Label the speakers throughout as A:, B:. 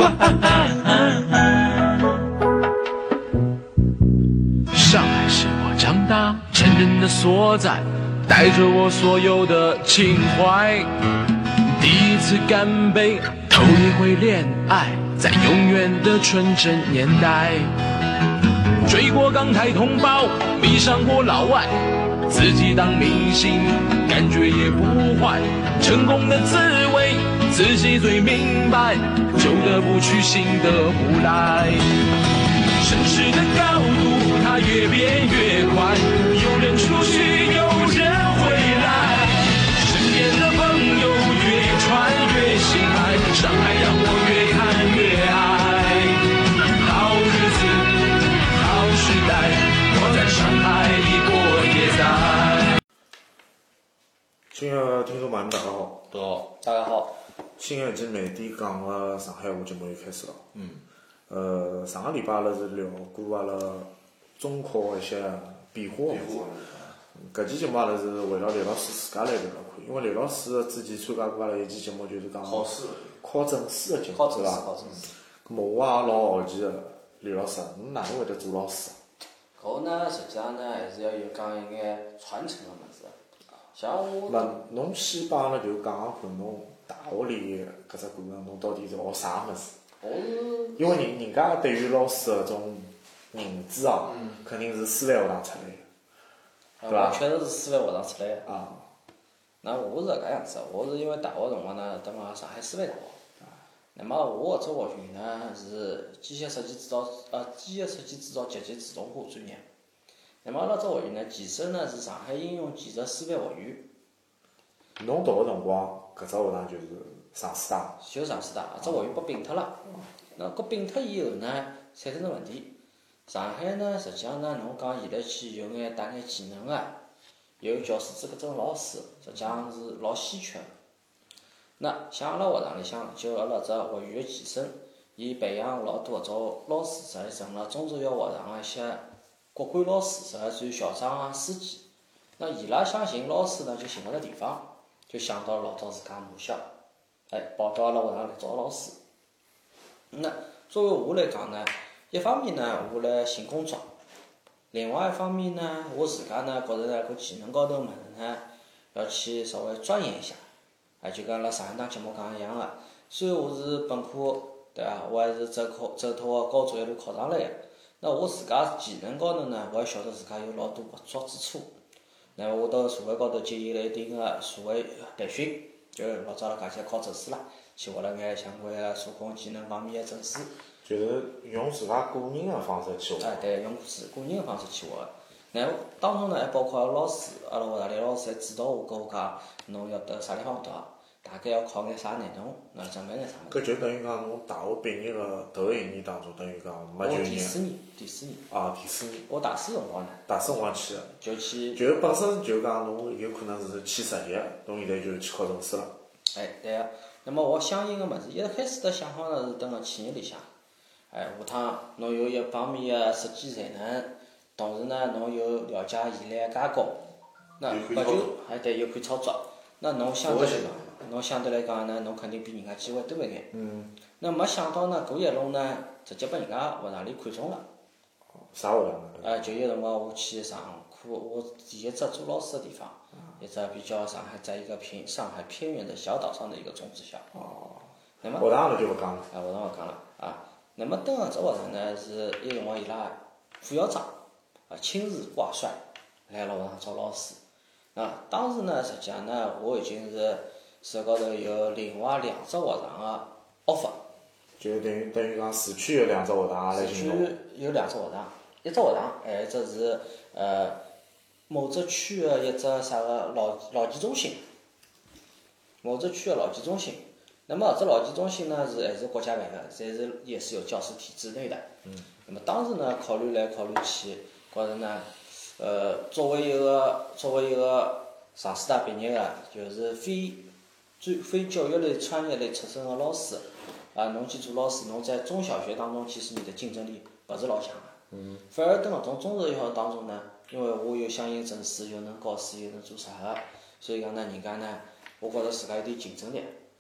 A: 上海是我长大成人的所在，带着我所有的情怀。第一次干杯，头一回恋爱，在永远的纯真年代。追过港台同胞，迷上过老外，自己当明星，感觉也不坏。成功的滋味，自己最明白，旧的不去，新的不来。城市的高度，它越变越快，有人出去，有人回来。身边的朋友越传越心爱，上海让我越看越爱。好日子，好时代，我在上海一过也在。
B: 亲爱的听众朋友们，大家好。
C: 大家好。
B: 新一季媒体讲个上海话节目又开始了。上个礼拜阿拉是聊过阿拉中考一些变化。搿期节目阿拉是围绕刘老师自家来聊聊看，因为刘老师之前参加过阿拉一期节目，就是讲考证书的节目，对伐？咾么我也老好奇个，刘老师，侬哪能会得做老师？
C: 搿呢，实际上呢，还是要有讲一眼传承个物事。像我，
B: 侬先帮阿拉就讲讲看，侬大学里搿只过程，侬到底是学啥物事？因为人家对于老师搿种认知啊，肯定是师范学堂出来的，对伐？
C: 确实是师范学堂出来的。
B: 啊。
C: 那我是搿样子，我是因为大学辰光呢，蹲辣上海师范大学。那么我搿只学群呢是机械设计制造及其自动化专业。那么阿拉只学群呢，前身呢是上海应用技术师范学院。
B: 侬读个辰光，搿只学堂就是上师大。
C: 就上师大，只学院被并脱了。那搿并脱以后呢，产生了问题。上海呢，实际上呢，侬讲现在去有眼带眼技能个，有教师资格证老师，实际上是老稀缺个。那像阿拉学堂里向，就阿拉只学院个前身，伊培养老多搿种老师，实际成了中职校学堂个一些国管老师，实际算校长啊、书记。那伊拉想寻老师呢，就寻勿着地方，就想到老早自家母校。跑到阿拉学堂来找老师。那作为我来讲呢，一方面呢，我来寻工作；另外一方面呢，我自家呢觉着呢，搿技能高头物事呢，要去稍微钻研一下。就跟阿拉上一档节目讲一样个，虽然我是本科，对伐？我还是走脱个高中一路考上来个。那我自家技能高头呢，我还晓得自家有老多不足之处。那我到社会高头接受了一定个社会培训。就老早阿拉讲起考证书啦，去学了眼相关个社工技能方面个证书。
B: 就是用自家个人个方式去学。
C: 对，用个人个方式去学个。那当中呢，还包括阿拉老师，阿拉学堂里老师还指导我，跟我讲，侬要到啥地方读，大概要考眼啥内容，准备眼啥物事。
B: 搿就等于讲侬大学毕业个头一年当中，等于讲没就业。
C: 第四年。
B: 第四年。
C: 我大四辰光呢。
B: 大四辰光去个。
C: 就
B: 本身就讲侬有可能是去实习，侬现在就去考证书了。
C: 对个。那么我相应个物事，一开始的想法呢是蹲辣企业里向，下趟侬有一方面个设计才能，同时呢侬有了解现在加工，那勿就对又可以操作，那侬相对来讲呢，侬肯定比人家机会多一眼。那没想到呢，搿一路呢，直接被人家学堂里看中了。
B: 啥学堂呢？
C: 就有辰光我去上课，我第一只做老师的地方，一只比较上海，在一个上海偏远的小岛上的一个中职校。那么
B: 学堂就勿讲了。
C: 学堂勿讲了啊。那么登搿只学堂呢，是有辰光伊拉副校长亲自挂帅来阿拉学堂找老师。当时呢，实际上呢，我已经是手高头有另外2只学堂个 offer。
B: 就等于讲市区有2只学堂来寻侬。
C: 市区有2只学堂，一只学堂，还有一只是某只区的一只啥个劳技中心。某只区的劳技中心。那么搿只劳技中心呢还是国家办的，也是有教师体制内的。那么当时呢考虑来考虑去，觉着呢，作为一个上师大毕业的，就是非教育类专业类出身的老师，侬去做老师，侬在中小学当中其实你的竞争力勿是老强的。反而等搿种中职校当中呢，因为我有相应证书，又能教书，又能做啥个，所以讲呢，人家呢，我觉着自家有点竞争力。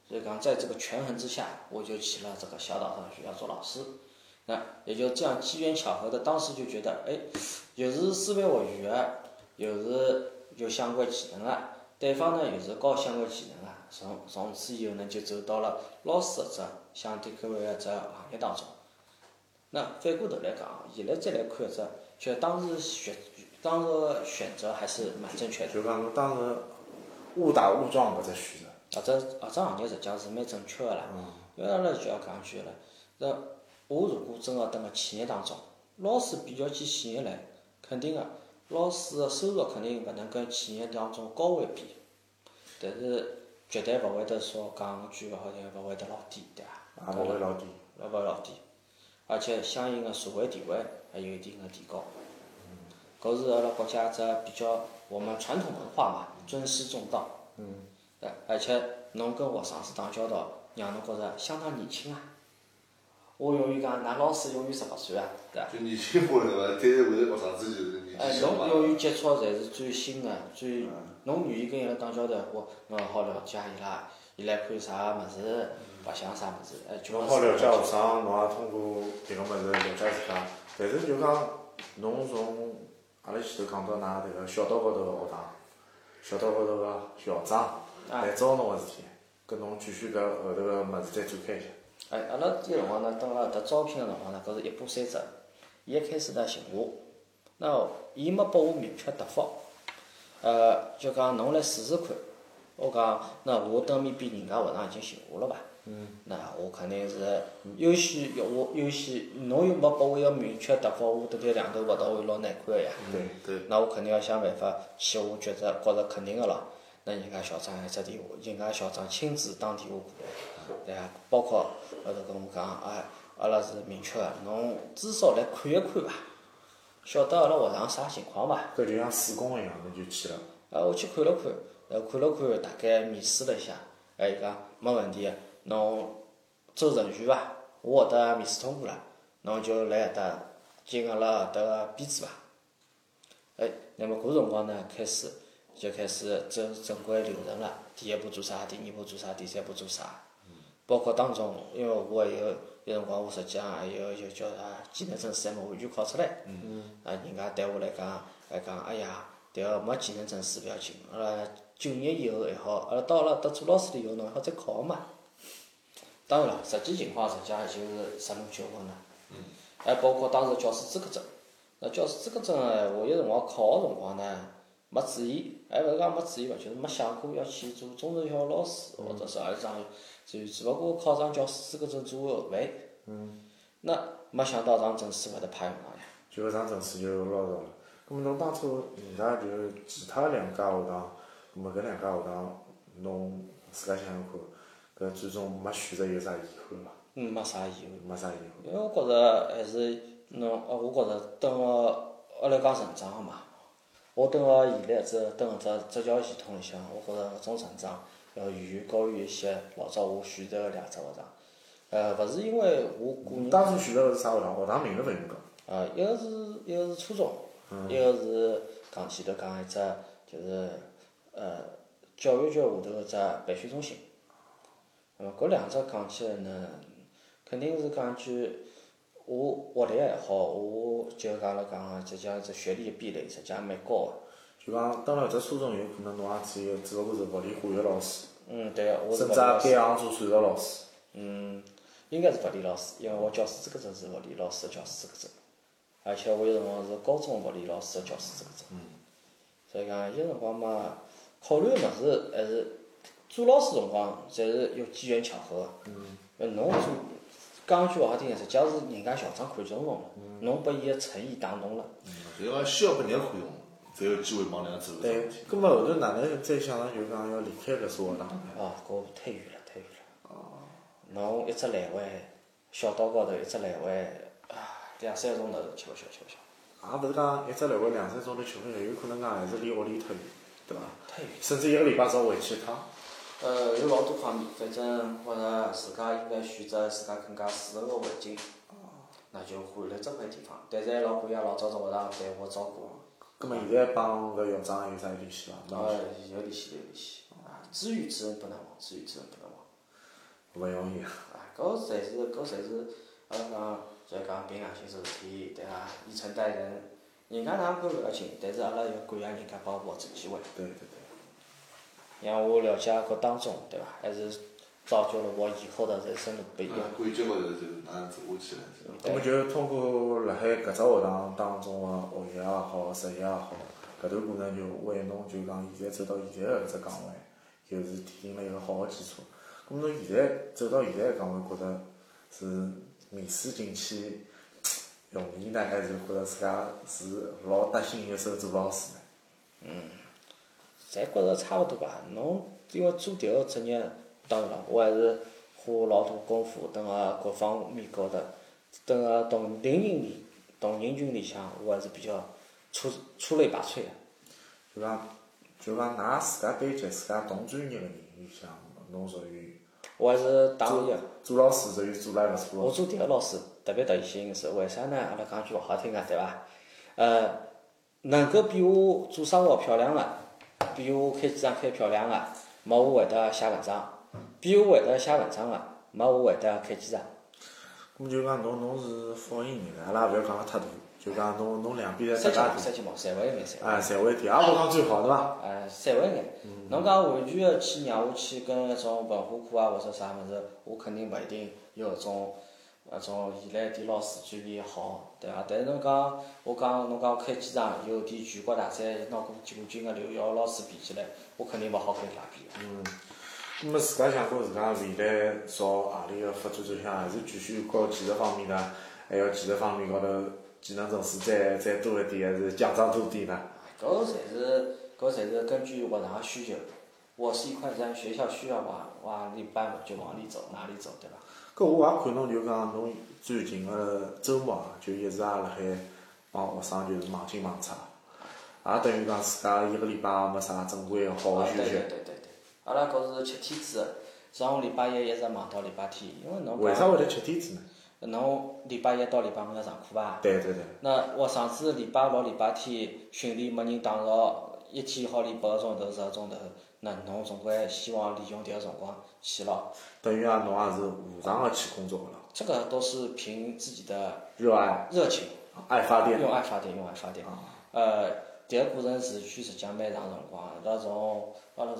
C: 所以讲在这个权衡之下，我就去了这个小岛上学校做老师。那也就这样机缘巧合的，当时就觉得，哎，又是思维学院，又是有相关技能啊，对方呢又是搞相关技能啊，从此以后呢就走到了老师的这相对各位的这行业当中。那反过头来讲，现在再来看这，就当时选择还是蛮正确的。
B: 就讲侬当时误打误撞搿只选择。
C: 这行业实际上是蛮正确的啦。因为阿拉就要讲句了，那我如果真个蹲辣企业当中，老师比较起企业来，肯定个老师个收入肯定勿能跟企业当中高位比，但是绝对勿会得说讲句勿好听，勿会得老低，对伐？
B: 也勿会老低。
C: 勿会老低，而且相应个社会地位还有一定个提高。搿是阿拉国家只比较我们传统文化嘛，尊师重道。而且侬跟学生子打交道，让侬觉着相当年轻啊。我永远讲，㑚老师永远18岁啊，对伐？
D: 就年轻化对伐？但是为了学生子就是年纪小嘛。
C: 侬永远接触侪是最新个，侬愿意跟伊拉打交道，侬好了解伊拉看啥物事，白相啥物事，
B: 侬好了解学生，侬也通过迭个物事了解自家。但是就讲，侬从阿拉前头讲到㑚迭个小岛高头个学堂，小岛高头个校长来招侬个事体，跟侬继续搿后头个物事再展开一下。
C: 阿拉迭辰光呢，等阿搿招聘个辰光呢，搿是一波三折。伊一开始呢寻我，那伊没拨我明确答复，就讲侬来试试看。我讲，那我等面边人家学堂已经寻我了伐？那我肯定是优先，侬又没拨我一个明确答复，我对两头勿到位老难看个呀。
B: 对。
C: 那我肯定要想办法去，我觉着肯定个咯。那人家校长还只电话，人家校长亲自打电话过来，对伐？包括后头跟我讲，阿拉是明确个，侬至少来看一看伐，晓得阿拉学堂啥情况伐？
B: 搿就像试工一样，侬就去了。
C: 我去看了看，大概面试了一下，伊讲没问题个，侬走程序伐？我搿搭面试通过了，侬就来搿搭进阿拉搿搭个编制伐？那么搿辰光呢，开始走正规流程了。第一步做啥？第二步做啥？第三步做啥？包括当中，因为我还有辰光，我实际上还有就叫啥技能证书还没完全考出来。人家对我来讲，还讲哎呀，迭个没技能证书勿要紧，阿拉9年以后还好，阿拉到阿拉搭做老师了以后，侬还好再考嘛。当然了，实际情况实际上就是10弄9分了。还包括当时教师资格证，那教师资格证个闲话，有辰光考个辰光呢，没注意，还勿是讲没注意伐，就是没想过要去做中等小学老师，或者是何里桩，只勿过考上教师资格证作为后备。那没想到张证书勿得派用场呀。
B: 就搿张证书就捞着了。咾么侬当初人家就其他两家学堂，咾么搿两家学堂，侬自家想想看，搿最终没选择有啥遗憾伐？
C: 没啥遗憾。
B: 没啥遗憾。
C: 因为我觉着还是我觉着等个阿拉讲成长个嘛，我等个现在等搿只教育系统里向，我觉着搿种成长要远远高于一些老早我选择个两只学堂。勿是因为我个人。
B: 当初选择个是啥学堂？学堂名字勿用讲。
C: 一个是初中，一个是前头讲一只就是教育局下头个只培训中心。搿两只讲起来呢，肯定是讲句我学历还好，我就讲了讲，实际上只学历壁垒实际上蛮高个。
B: 就讲登了搿只初中，有可能侬也只勿过是物理化学老师。
C: 对个，我是
B: 甚至也改行做数学老师。
C: 应该是物理老师，因为我教师资格证是物理老师个教师资格证，而且我有辰光是高中物理老师个教师资格证。所以讲有辰光嘛，考虑个物事还是做老师辰光，侪是有机缘巧合个。侬讲句勿好听，实际上是人家校长看中侬了，侬拨伊个诚意打动了。
D: 就讲需要拨人看中，才有机会帮人家走。
B: 对，葛末后头哪能再想着就讲要离开搿所学堂？
C: 搿太远了。侬一只来回，小岛高头一只来回，2、3钟头吃勿消。
B: 也勿是讲一只来回2、3钟头吃勿消，有可能讲还是离屋里忒远，对伐？
C: 太远。
B: 甚至一个礼拜只好回去一趟。
C: 有老多方面，反正觉着自家应该选择自家更加适合个环境，那就换了这块地方。但是还老感谢老早只学堂对我照顾。
B: 葛末现在帮搿校长有啥联系伐？
C: 有联系。知遇之恩不能忘。
B: 勿容易。
C: 搿侪是，阿拉讲就讲凭良心做事体，对伐？以诚待人，人家哪能管勿要紧，但是阿拉要感谢人家帮我这机会。
B: 对对对。
C: 让我了解搿当中，对伐？还是造就了我以后的人生的不一样。
D: 感觉高头就是哪能走下去了。
B: 那么就通过辣海搿只学堂当中个学习也好，实习也好，搿段过程就为侬就讲现在走到现在个搿只岗位，就是奠定了一个好个基础。咾么侬现在走到现在个岗位，觉着是面试进去容易呢，还是觉着自家是老得心应手做老师呢？
C: 侪觉着差勿多吧。侬因为做迭个职业，当然了，我还是花老大功夫，等个各方面高头，等个同人群里向，我还是比较出类拔萃个。
B: 就讲㑚自家班级、自家同专业个人里向，侬属于
C: 我还是打个样。
B: 做老师属于做了勿错。
C: 我做迭个老师特别得心应手，为啥呢？阿拉讲句勿好听个，对伐？能够比我做生活漂亮个，比我开机场开漂亮个，没我会得写文章；比我会得写文章个，没我会得开机场。
B: 咁就讲侬是复印人，阿拉勿要讲了太大，就讲侬两边侪
C: 三
B: 搭
C: 千毛，侪会眼，侪。
B: 侪会点，也勿讲最好对伐？
C: 侪会眼。侬讲完全个去让我去跟搿种文化课啊或者啥物事，我肯定勿一定有搿种现在点老师专业好，对伐？但是侬讲侬讲开机场有点全国大赛拿过季冠军个刘瑶老师比起来，我肯定勿好跟伊拉比个。
B: 那么自家想过自家未来朝何里个发展走向，还是继续搞技术方面呢？还要技术方面高头技能证书再多一点，还是奖章多点呢？
C: 搿侪是根据学堂个需求。我是一块山，学校需要往里搬，我就往里走，哪里走，对伐？
B: 搿我也看侬就讲侬最近个周末啊，就一直也辣海帮学生就是忙进忙出，也等于讲自家一个礼拜也没啥正规个好个休息。
C: 对。阿拉搿是7天制个，从礼拜一一直忙到礼拜天，因为侬
B: 为啥会得7天制呢？
C: 侬礼拜一到礼拜五要上课伐？
B: 对。
C: 那学生子礼拜六、礼拜天训练没人打扰，一天好练8个钟头、10个钟头，那侬总归希望利用迭个辰光去咯。
B: 等于啊，侬也是无偿个去工作个了。
C: 这个都是凭自己的热情，
B: 爱发电。
C: 用爱发电。迭个过程实际讲蛮长辰光，阿拉从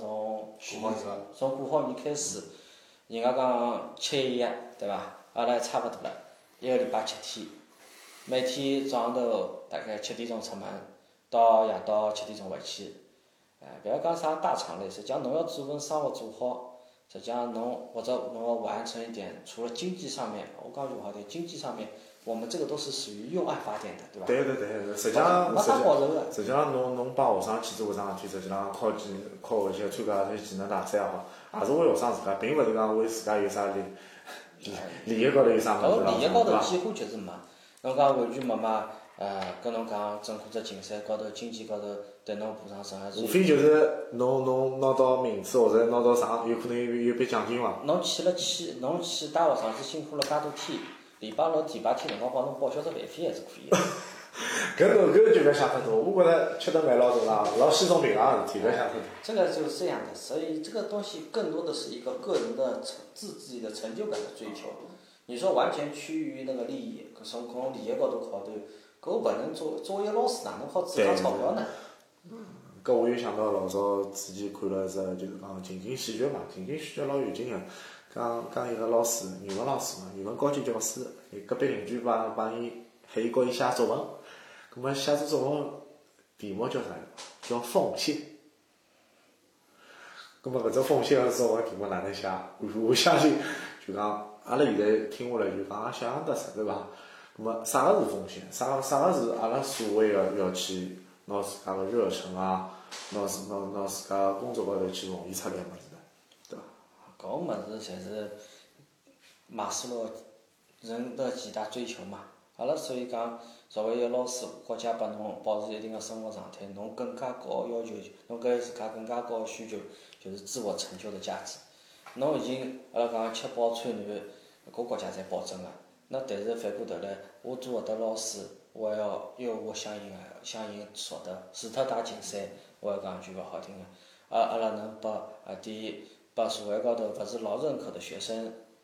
C: 过好年开始，人家讲711，对伐？阿拉差勿多了，一个礼拜7天，每天早上头大概7点钟出门，到夜到7点钟回去。勿要讲啥大厂类，实际上侬要做份生活做好，实际上侬或者侬要完成一点，除了经济上面，我讲句勿好听，经济上面。我们这个都是属于用爱发电的，对吧？
B: 对，实际上
C: 没啥好受的。
B: 实际上，侬帮学生去做搿桩事体，实际上靠回去参加些技能大赛也好，也是为学生自家，并勿是讲为自家有啥利益高头有啥物事
C: 利益高头几乎就是没。侬讲完全没嘛？跟侬讲整个只竞赛高头、经济高头对侬补偿任何。
B: 无非就是侬拿到名次或者拿到上，有可能有笔奖金伐？
C: 侬去带学生子辛苦了介多天。礼拜六、礼拜天辰光帮侬报销只饭费还是可以的。
B: 搿就勿要想太多，我觉着吃顿饭老正常，老稀松平常个事体，勿要想太多。
C: 这个就是这样的，所以这个东西更多的是一个个人的自己的成就感的追求。你说完全趋于那个利益，从利益高头考虑，搿勿能作为一个老师哪能好自家钞票呢？
B: 搿我又想到老早之前看了只就是讲情景喜剧嘛，情景喜剧老有劲个。讲一个老师，语文老师嘛，语文高级教师，隔壁邻居帮伊喊伊教伊写作文，葛末写作文题目叫啥？叫奉献。葛末搿只奉献个作文题目哪能写？我相信就讲阿拉现在听下来就讲也想象得出，对伐？葛末啥个是奉献？啥个是阿拉所谓个要去拿自家个热忱啊，拿自家工作高头去奉献出来个物事？
C: 搿物事侪是马斯洛人的几大追求嘛。阿拉所以讲，作为一个老师，国家拨侬保持一定的生活状态，侬更加高的要求，侬对自家更加高的需求，就是自我成就的价值。侬已经阿拉讲吃饱穿暖，搿国家侪保证个。那但是反过头来，我做搿搭老师，我还要有我相应所得，除脱打竞赛，我要讲句勿好听个，阿拉能拨第一。把社会高头勿是老认可的学生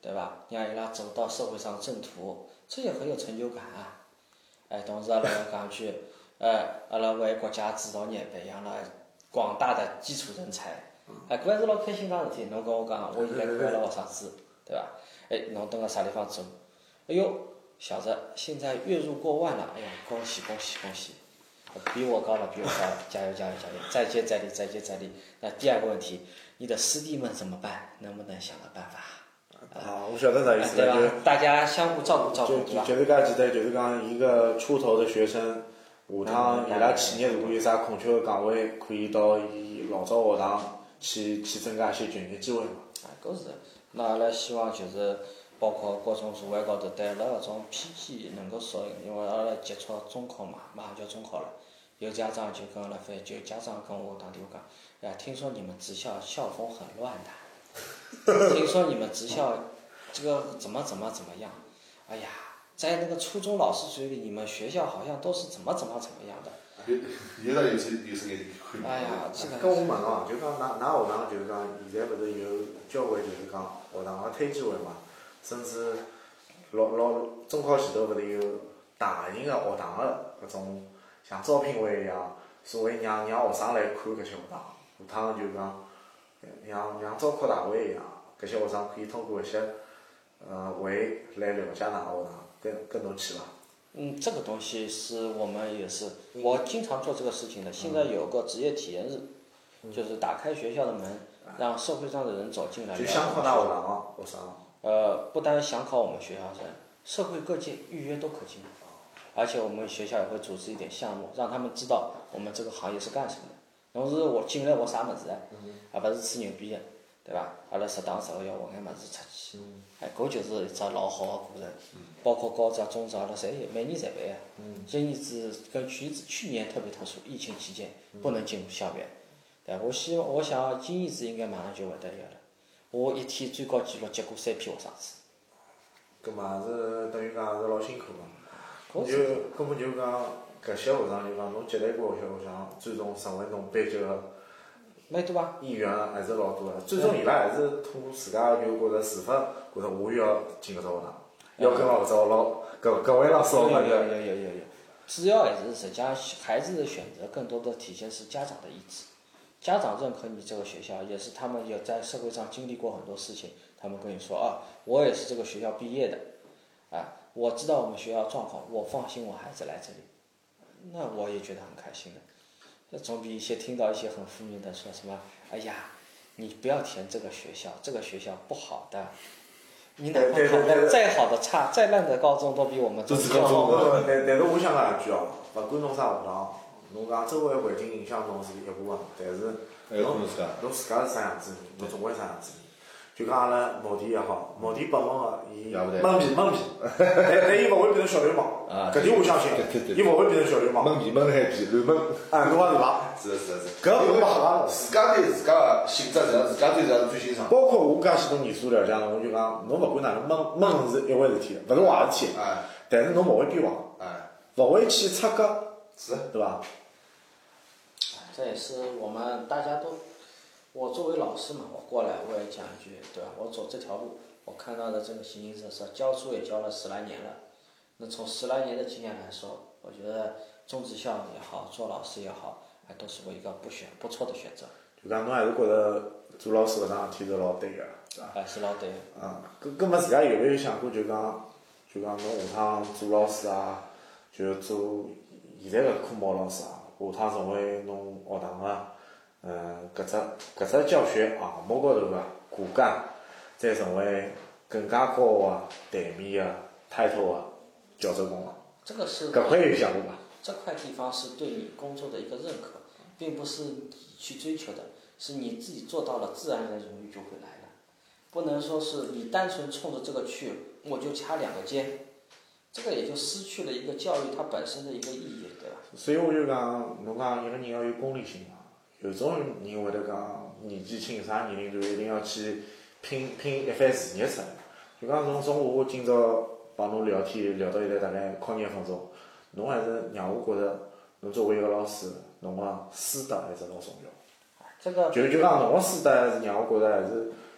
C: 对伐？让伊拉走到社会上正途，这也很有成就感啊。同时阿拉要讲句，阿拉为国家制造业，培养了广大的基础人才，搿还是老开心桩事体。侬跟我讲，我现在看了学生子，对伐？侬蹲辣啥地方做？哎呦，小子，现在月入过万了，哎呀，恭喜恭喜恭喜！比我高了，比我高了，加油加油加油！再接再厉，再接再厉。那第二个问题，你的师弟们怎么办？能不能想个办法？
B: 我晓得啥意思了，
C: 对吧？大家相互照顾照顾，对吧？
B: 就是介简单，就是讲一个出头的学生，下趟伊拉企业如果有啥空缺的岗位，可以到伊老早学堂去增加一些就业机会嘛。
C: 搿是。那阿拉希望就是包括各种社会高头对阿拉搿种偏见能够少一点，因为阿拉接触中考嘛，马上就要中考了。有家长就跟阿拉反映，就家长跟我打电话讲，听说你们职校校风很乱的，听说你们职校这个怎么样，哎呀，在那个初中老师嘴里，你们学校好像都是怎么样的。
D: 有眼点。
C: 哎呀，这个。
B: 跟我问哦，就讲㑚学堂就是讲现在勿是有交关就是讲学堂个推荐会嘛，甚至中考前头勿是有大型个学堂个搿种像招聘会一样，所谓让学生来看搿些学堂，下趟就讲像招考大会一样，搿些学生可以通过一些会来了解㑚学堂，跟侬去伐？
C: 这个东西是我们也是，我经常做这个事情的。现在有个职业体验日，就是打开学校的门，让社会上的人走进来。
B: 就想考㑚学堂啊，学生。
C: 不单想考我们学校生，社会各界预约都可进。而且我们学校也会组织一点项目，让他们知道我们这个行业是干什么的。同时我进来学啥物事啊，勿是吹牛逼的，对伐？阿拉适当时候要学眼物事出去。搿就是一只老好的过程。包括高职、中职，阿拉侪有，每年侪办的。今年子跟去年特别特殊，疫情期间不能进入校园。对，我想今年子应该马上就会得有了。我一天最高纪录接过3批学生子。
B: 搿嘛是等于讲是老辛苦嘛。根本就讲搿些学生就讲侬接待过搿些学生，最终成为侬班级个
C: 蛮多伐？
B: 意愿还是老多个。最终伊拉还是通过自家就觉着自发，觉着我要进搿只学堂，要跟牢搿只搿位老师学法。
C: 有。主要还是实际上孩子的选择更多的体现是家长的意志。家长认可你这个学校，也是他们也在社会上经历过很多事情，他们跟你说我也是这个学校毕业的，我知道我们学校状况，我放心我孩子来这里，那我也觉得很开心的。这总比听到一些很负面的说什么，哎呀，你不要填这个学校，这个学校不好的。你哪怕考到再好的再烂的高中，都比我们中学好。
B: 但是我想讲一句勿管侬啥学堂，侬讲周围环境影响侬是一部分，但是侬自家是啥样子人，侬总归啥样子人。就讲阿拉毛弟也好，毛弟本分个，伊懵逼，但伊勿会变成小流氓。搿点我相信，伊勿会变成小流氓。
D: 懵逼懵海皮，乱懵。
B: 侬讲对伐？
D: 是。
B: 搿勿吓
D: 自家对自家个性质这样，自家对这样最欣赏。
B: 包括我介许多年数了解侬，我就讲侬勿管哪能懵是一回事体，勿是坏事体。但是侬勿会变坏，勿会去插角，
D: 是，
B: 对伐？
C: 这也是我们大家都。我作为老师嘛，我过来我也讲一句，对吧？我走这条路，我看到的这个形形色色，教书也教了10来年了。那从10来年的经验来说，我觉得中职校也好，做老师也好，都是我一个不错的选择。
B: 就讲侬还是觉着做老师搿桩事体是老对个，是伐？
C: 是老对
B: 个。搿么自家有没有想过，就讲侬下趟做老师就做现在个科目老师下趟成为侬学堂个。搿只教学项目高头个骨干，再成为更加高个台面个 title 个教授功了。
C: 这个是
B: 搿块有想过伐？
C: 这块地方是对你工作的一个认可，并不是你去追求的，是你自己做到了，自然而然荣誉就会来了。不能说是你单纯冲着这个去，我就掐2个尖，这个也就失去了一个教育它本身的一个意义，对吧？
B: 所以我就讲，侬讲一个人要有功利性。有种人会得讲年纪轻啥年龄段一定要去拼一番事业出来。就讲从我今朝帮侬聊天聊到现在大概快2分钟，侬还是让我觉着侬作为一个老师，侬个师德还是老重要。
C: 这个
B: 就讲侬个师德是让我觉着还是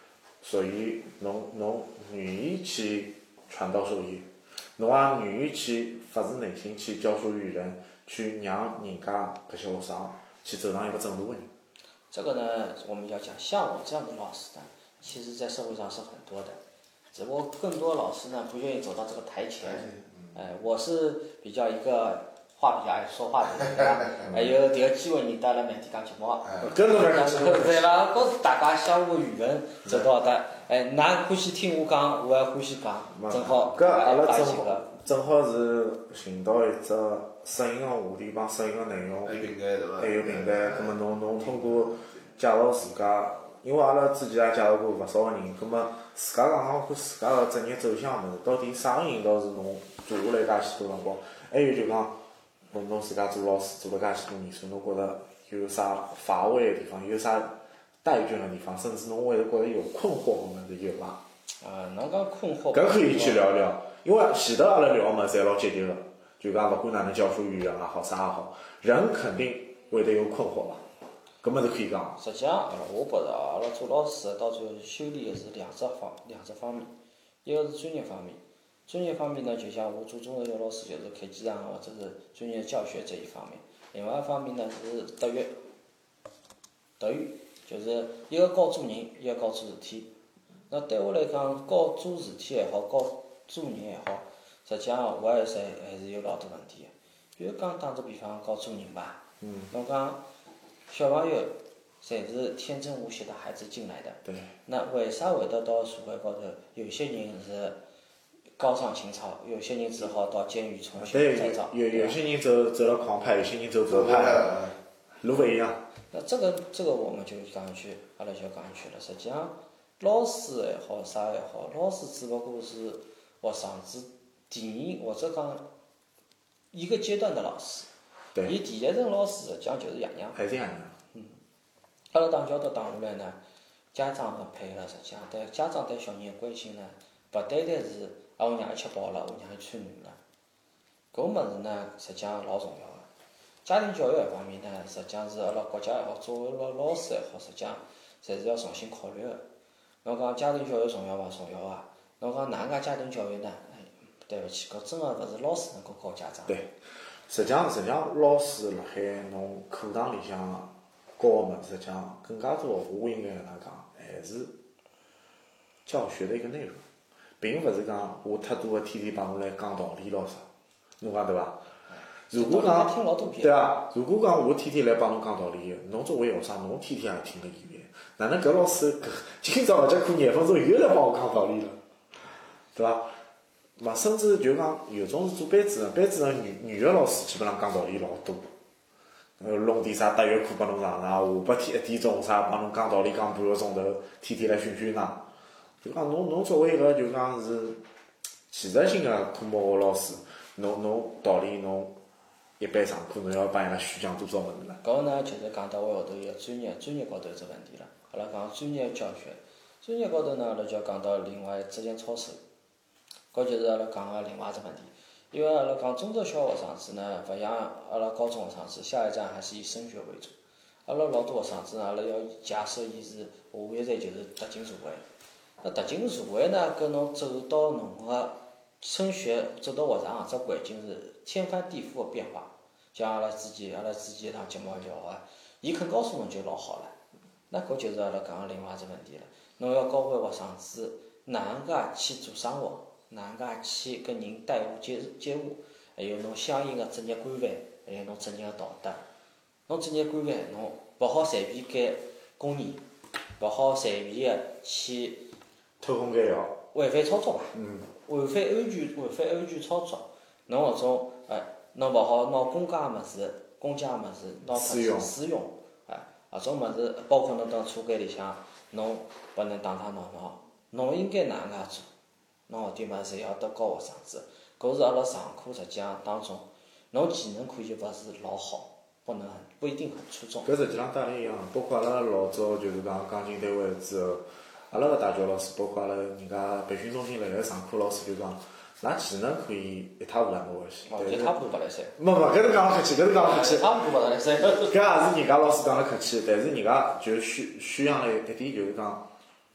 B: 所以侬愿意去传道授业，侬也愿意去发自内心去教书育人，去让人家搿些学生去走上一个正路的人。
C: 这个呢，我们要讲，像我这样的老师呢，其实在社会上是很多的，只不过更多老师呢不愿意走到这个台前。我是比较一个话比较爱说话的人，对吧？还有这个机会人到了媒体讲节目，
B: 跟侬
C: 对伐？搿是大家相互舆论走到的。㑚欢喜听我讲，我也欢喜讲，正好
B: 搿阿拉
C: 把几个
B: 正好是寻到一只适应个话题帮适应个内容，
D: 还有平台对伐？
B: 还有平台，葛末侬通过介绍自家，因为阿拉之前也介绍过勿少个人，葛末自家讲讲看自家个职业走向物事，到底啥个引导是侬做下来介许多辰光？还有就讲，侬自家做老师做了介许多年数，侬觉着有啥乏味个地方，有啥怠倦个地方，甚至侬会得觉着有困惑个物事有伐？
C: 侬讲困惑，
B: 搿可以去聊聊，因为前头阿拉聊个物事侪老积极个，就讲勿管哪能教书育人也好，啥也好，人肯定会得有困惑伐？搿物事可以讲。
C: 实际上，我觉着阿拉做老师到最后修炼的是两只方面，一个是专业方面。专业方面呢，就像我做中学老师，就是开机场或者是专业教学这一方面；另外一方面呢是德育，就是一个教做人，一个教做事体。那对我来讲，教做事体也好，教做人也好，实际上我还是有老多问题的。比如讲打个比方，教做人吧，侬讲小朋友侪是天真无邪的孩子进来的，
B: 对。
C: 那为啥会得到社会高头，有些人是高尚情操，有些人只好到监狱重新再造。
B: 有些人走了狂派，有些人走左派，路不一样。
C: 那这个我们就讲去，阿拉就讲去了。实际上，老师也好，啥也好，老师只不过是学生子第一或者讲一个阶段的老师。
B: 对。
C: 伊第一层老师实际上就是爷娘。
B: 还是爷娘。
C: 阿拉打交道打下来呢，家长的配合实际上对家长对小人的关心呢，勿单单是我让伊吃饱了，我让伊穿暖了，搿物事呢实际上老重要个。家庭教育一方面呢，实际上是阿拉国家也好，作为老师也好，实际上侪是要重新考虑个。侬讲家庭教育重要伐？重要啊！侬讲哪能介家庭教育呢？对勿起，搿真个勿是老师能够教家长。
B: 对，实际上老师辣海侬课堂里向教个物事，实际上更加多，我应该搿能讲，还是教学的一个内容，并勿是讲我太多个天天帮侬来讲道理咯啥，侬讲对伐？如果讲对啊，如果讲我天天来帮侬讲道理，侬作为学生，侬天天也听得厌厌，哪能搿老师今朝搿节课廿分钟又来帮我讲道理了，对伐？嘛，甚至就讲有种是做班主任，班主任女个老师基本上讲道理老多，弄点啥德育课拨侬上上，下半天1点钟啥帮侬讲道理讲半个钟头，天天来训训㑚。就讲侬作为一个就讲是技术性个科目个老师，侬道理侬一般上课侬要帮伊拉宣讲多少物事了？
C: 搿呢就是讲到我后头一个专业高头有只问题了。阿拉讲专业教学，专业高头呢，阿拉就要讲到另外职业操守，搿就是阿拉讲个另外一只问题。因为阿拉讲中等小学生子呢，勿像阿拉高中学生子，下一站还是以升学为主。阿拉老多学生子呢，阿拉要假设伊是下一站就是踏进社会。那踏进社会呢，跟侬走到侬个升学走到学堂这环境是天翻地覆个变化。像阿拉之前一趟节目聊个，伊肯告诉侬就老好了。那搿就是阿拉讲个另外一只问题了。侬要教会学生子哪能介去做生活，哪能介去跟人待物接物，还有侬相应个职业规范，还有侬职业个道德。侬职业规范，侬勿好随便改工人，勿好随便个去
B: 偷工减料，
C: 违法操作伐？违法安全操作，侬搿种侬勿好拿公家物事拿出去私用，搿种物事，包括侬到车间里向，侬勿能打打闹闹，侬应该哪能介做？侬搿点物事侪要得教学生子，搿是阿拉上课实际上当中，侬技能可以勿是老好，不一定很出众。
B: 搿实际上当然一样，包括阿拉老早就是讲刚进单位之后，阿拉个大教老师，包括阿拉人家培训中心辣盖上课，老师就讲，㑚技能可以一塌糊涂没关系。
C: 一塌糊涂勿来三。
B: 搿是讲了客气，搿是讲了客气。
C: 一塌糊涂勿来三。
B: 搿也是人家老师讲了客气，但是人家就宣扬了一点，就是讲，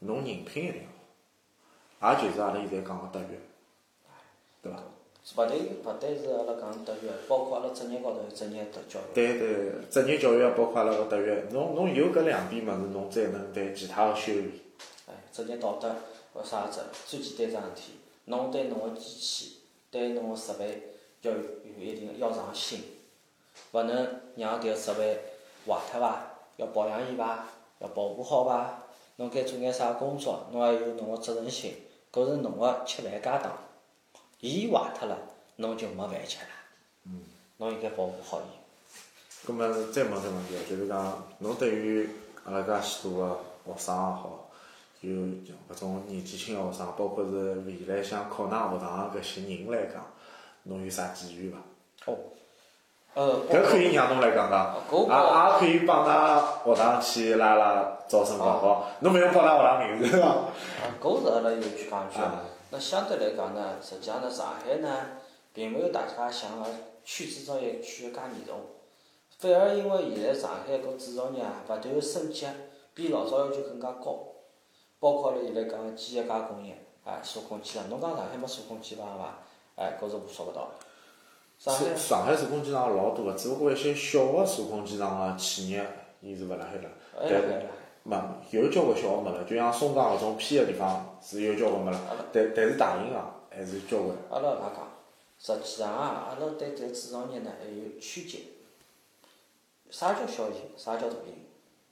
B: 侬人品一定好，也就是阿拉现在讲个德育，对伐？
C: 勿单是阿拉讲德育，包括阿拉职业高头有职业教育。
B: 对，职业教育包括阿拉个德育，侬有搿两点物事，侬才能对其他个修炼。
C: 职业道德或啥子，最简单桩事体，侬对侬个机器、对侬个设备要有一定要上心，勿能让迭个设备坏脱伐？要保养伊伐？要保护好伐？侬该做眼啥工作，侬也有侬个责任心，搿是侬个吃饭家当。伊坏脱了，侬就没饭吃了。侬应该保护好伊。
B: 葛末再问只问题，就是讲侬对于阿拉介许多个学生也好，有搿种年纪轻个学生，包括是未来想考㑚学堂个搿些人来讲，侬有啥建议伐？搿可以让侬来讲讲，也可以帮㑚学堂去拉招生广告，侬勿用报㑚学堂名字对伐？
C: 搿是阿拉有句讲句。那相对来讲呢，实际上呢，上海呢，并没有大家想个去制造业去得介严重，反而因为现在上海搿制造业勿断个升级，比老早要求更加高，包括了现在讲个机械加工业，数控机厂，侬讲上海没数控机房伐？搿是说勿到的。
B: 上海数控机厂老多个，只不过一些小个数控机厂个企业，伊是勿辣海了。有交关小个没了，就像松江搿种偏个地方是有交关没了，但是大型个还是交关。
C: 阿拉搿能讲，实际上阿拉对迭个制造业呢还有区间。啥叫小型？啥叫大型？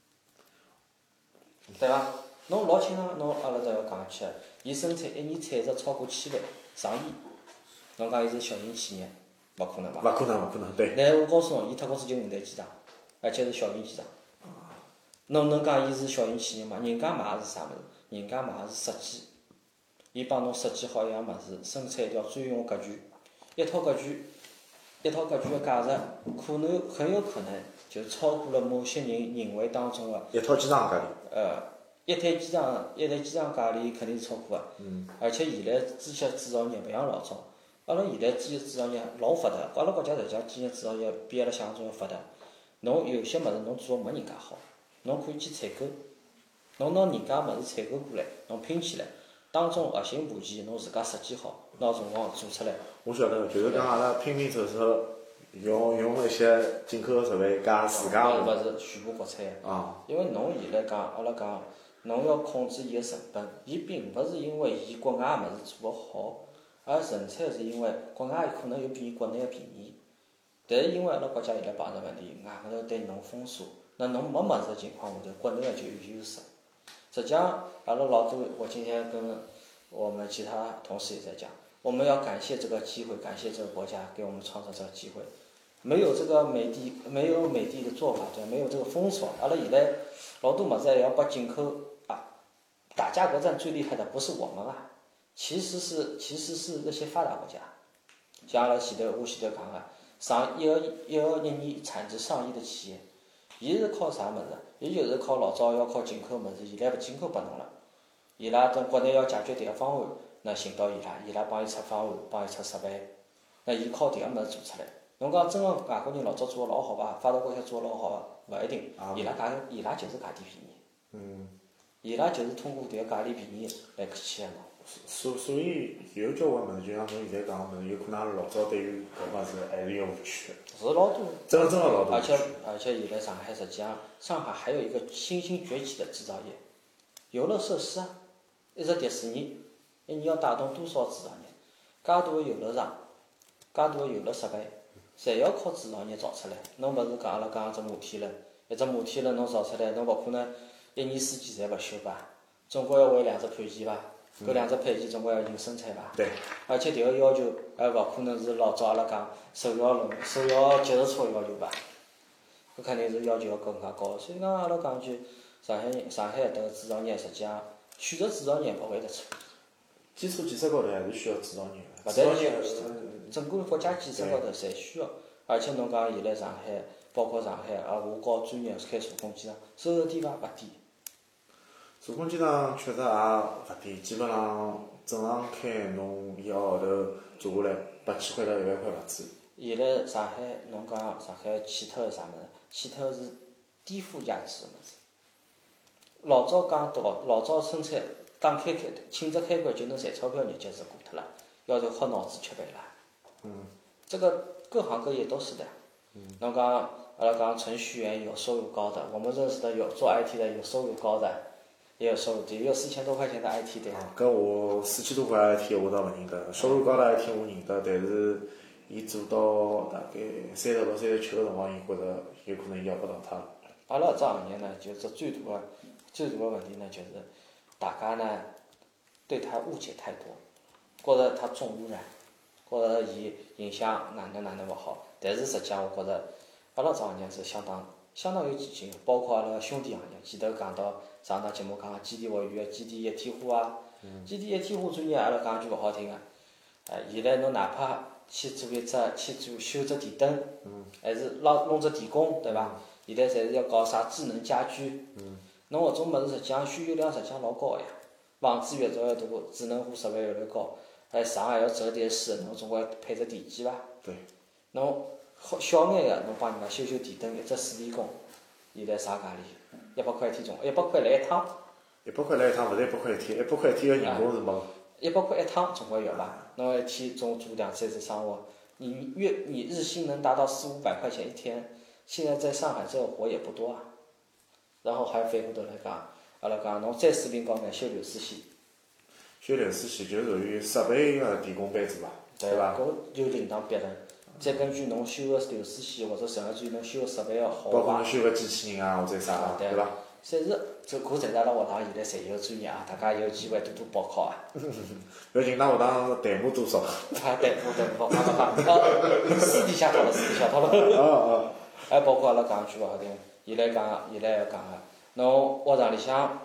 C: 对伐？侬老清爽，阿拉都要讲起来，伊生产一年产值超过1000万、上亿，侬讲伊是小型企业，勿可能伐？
B: 勿可能，对。
C: 但我告诉侬，伊脱公司就5台机厂，而且是小型机厂。侬能讲伊是小型企业吗？人家卖个是啥物事？人家卖个是设计，伊帮侬设计好一样物事，生产一条专用个格局，一套格局个价值，很有可能就超过了某些人认为当中个
B: 一套机厂价钿。
C: 一台机厂价钿肯定是超过个。而且现在机械制造业勿像老早，阿拉现在机械制造业老发达，阿拉国家实际上机械制造业比阿拉想象中要发达。侬有些物事侬做没人家好，侬可以去采购，侬拿人家物事采购过来，侬拼起来，当中核心部件侬自家设计好，拿辰光做出来。
B: 我晓得，就是讲阿拉拼拼凑凑，用一些进口个设备加自家个。
C: 勿是全部国产个。因为侬现在讲，阿拉讲，侬要控制伊个成本，伊并勿是因为伊国外个物事做勿好，而纯粹是因为国外可能有比伊国内个便宜。但是因为阿拉国家现在碰着问题，外头对侬封锁，那侬没物事个情况下头，国内个就有优势。实际上，阿拉老多，我今天跟我们其他同事也在讲，我们要感谢这个机会，感谢这个国家给我们创造这个机会。没有这个美的做法，对，没有这个封锁，阿拉现在老多物事也要把进口打价格战最厉害的不是我们啊，其实是那些发达国家，像阿拉我前头讲个，一年产值上亿的企业，伊是靠啥物事？伊就是靠老早要靠进口物事，现在勿进口拨侬了，伊拉等国内要解决迭个方案，那寻到伊拉帮伊出方案，帮伊出设备，那伊靠迭个物事做出来。侬讲真个外国人老早做个老好伐？发达国家做个老好伐？勿一定，伊拉就是价钿便宜。伊拉就是通过迭个价钿便宜来欺负侬。
B: 所以有交关物事，就像侬现在讲个物事，有可能老早对于搿物事还是有误区的。
C: 是老多。
B: 真个老多。
C: 而且现在上海实际上，上海还有一个新兴崛起的制造业，游乐设施啊，一只迪士尼，一年要带动多少制造业？介大个游乐场，介大个游乐设备，侪要靠制造业造出来。侬勿是讲阿拉讲只摩天轮，一只摩天轮侬造出来，侬勿可能一年四季侪勿修吧？总归要为2只配件伐？搿2只配件总归要人生产伐？
B: 对。
C: 而且迭个要求还勿可能是老早阿拉讲手摇脚踏车要求伐？搿肯定是要求要更加高。所以讲阿拉讲句，上海搿搭个制造业实际上选择制造业勿会得错。
B: 基础建设高头还是需要制造业
C: 个。制造业整个国家建设高头侪需要。而且侬讲现在上海，包括上海我搞专业开数控机厂，收入低伐？勿低。
B: 数控机厂确实也勿低，基本上正常开侬一个号头做下来，80块到100块勿止。
C: 现在上海侬讲上海欠脱个啥物事？欠脱是低附加值个物事。 老早讲到，老早生产庆祝开关就能赚钞票日节是过脱了，要头好脑子吃饭了。这个各行各业都是的。侬讲阿拉讲程序员有收入高的，我们认识的有做 IT 的有收入高的，也有收入低，也有4000多块钱的 IT 的。
B: 搿我4000多块 IT 我倒勿认得，收入高的 IT 我认得，但是伊做到大概36到37个辰光，伊觉着有可能要不到他了。
C: 阿拉搿只行业呢，就是最大的问题呢，就是大家呢对他误解太多，觉着他重污染，觉着伊影响哪能勿好。但是实际上，我觉着阿拉搿只行业是相当有前景的，包括阿拉兄弟行业。前头讲到上档节目讲基地物语基地一体化啊，基地一体化专业阿拉讲句勿好听个，现在侬哪怕去修只电灯，还是弄只电工，对伐？现在侪是要搞啥智能家居，侬搿种物事实际上需求量实际上老高个呀，房子越造越大，智能化设备越来越高，还上还要折电视，侬总归要配只电机伐？
B: 对。
C: 侬小眼个，侬帮人家修电灯，一只水电工，现在啥价钿？100块一天钟，100块来一趟。
B: 100块来一趟，勿是100块一天，100块一天个人工是没个。
C: 100块一趟总归有吧？侬一天总做2、3次生活，你日薪能达到400-500块钱一天，现在在上海这个活也不多啊。然后还反过头来讲，阿拉讲侬再水平高眼，修流水线。
B: 修流水线就属于设备个电工班子伐？对伐？
C: 搿就另当别论。再根据侬修个流水线或者甚至于侬修个设备个好
B: 包括侬修个机器人啊或者啥，对伐？
C: 侪是，搿侪是阿拉学堂现在侪有专业啊，大家有机会多多报考啊。
B: 覅紧，㑚学堂代码多少？
C: 代码，私底下讨论。还包括阿拉讲句勿好听，现在要讲个，侬学堂里向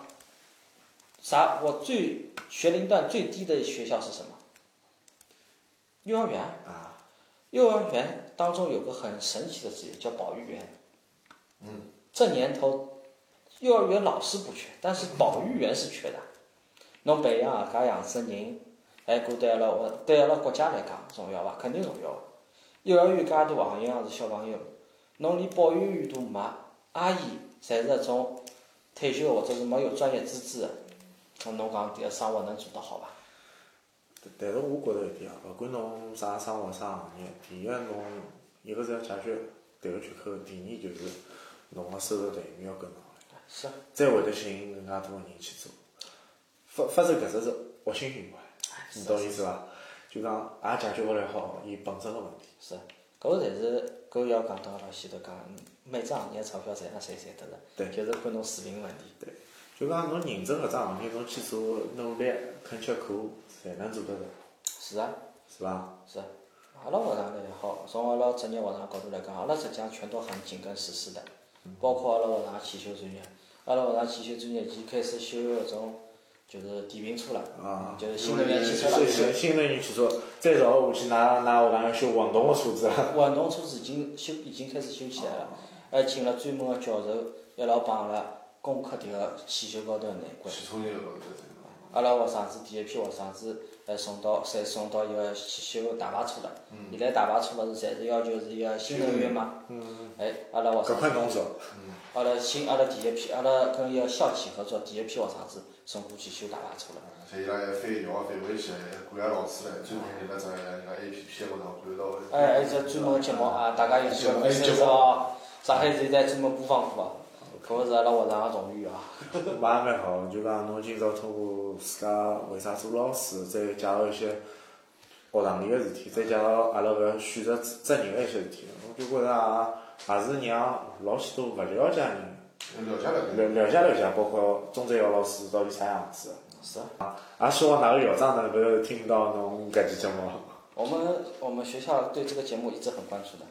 C: 学龄段最低的学校是什么？幼儿园。幼儿园当中有个很神奇的职业叫保育员。这年头，幼儿园老师不缺，但是保育员是缺的。侬培养何家样子人，还对阿拉国家来讲重要伐？肯定重要。幼儿园介大行业是小朋友，侬连保育员都没，阿姨侪是搿种退休或者是没有专业资质的，侬讲迭个生活能做得好伐？
B: 但是我觉着一点勿管侬啥生活啥行业，第一侬一个是要解决迭个缺口，第二就是侬个收入待遇要跟上来，
C: 是。
B: 才会得吸引更加多个人去做。发展搿只是恶性循环，你懂意思伐？就讲也解决勿了好伊本身个问题。
C: 是，搿要讲到阿拉前头讲，每只行业钞票赚得着，
B: 对，
C: 就是看侬水平问题。
B: 对，就讲侬认真搿只行业，侬去做努力，肯吃苦，侪能做得着。
C: 是啊。
B: 是伐？
C: 是。阿拉学堂呢也好，从阿拉职业学堂角度来讲，阿拉实际上全都很紧跟时事的，包括阿拉学堂汽修专业，阿拉学堂汽修专业已经开始修搿种就是电瓶车了，就是新能源汽车了。
B: 新能源汽车，再造下去，㑚学堂要修混动个车子了。
C: 混动车子已经开始修起来了，还请了专门个教授，一道帮阿拉攻克迭个汽修高头个难关。阿拉学生子第一批学生子送到一个汽修大排车了。现在大排车勿是侪是要求是一个新能源嘛？阿拉学生。
B: 搿块侬熟。
C: 阿拉第一批，阿拉跟一个校企合作，第一批学生子送过去修大排车了。
D: 像伊拉还翻桥翻回去，管下老师唻，专门立了只人家 APP 学堂管到。
C: 还有只专门个节目啊，大家有机会收哦。上海电视台专门播放过，搿是阿拉学堂个荣誉啊。
B: 也蛮好，就讲侬今朝通过自家为啥做老师，再介绍一些学堂里个事体，再介绍阿拉搿选择职业个一些事体，我就觉着也是让老许多勿了解人了解，包括中专校老师到底啥样子。
C: 是
B: 啊。也希望哪个校长能够听到侬搿期节目。
C: 我们学校对这个节目一直很关注的。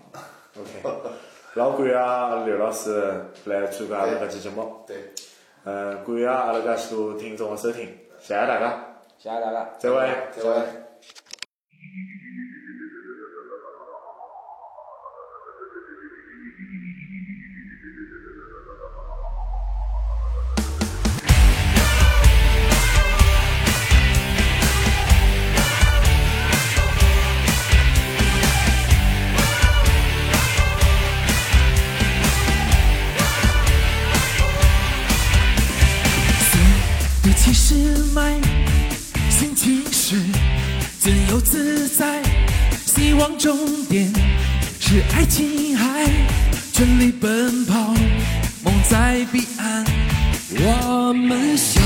B: OK， 老感谢刘老师来参加阿拉搿期节目。
D: 对。
B: 感谢阿拉介许多听众的收听，谢谢大家。
C: 谢谢大家。
B: 再会。
D: 再会。
E: 其实买，心情是自由自在，希望终点是爱琴海，全力奔跑，梦在彼岸，我们。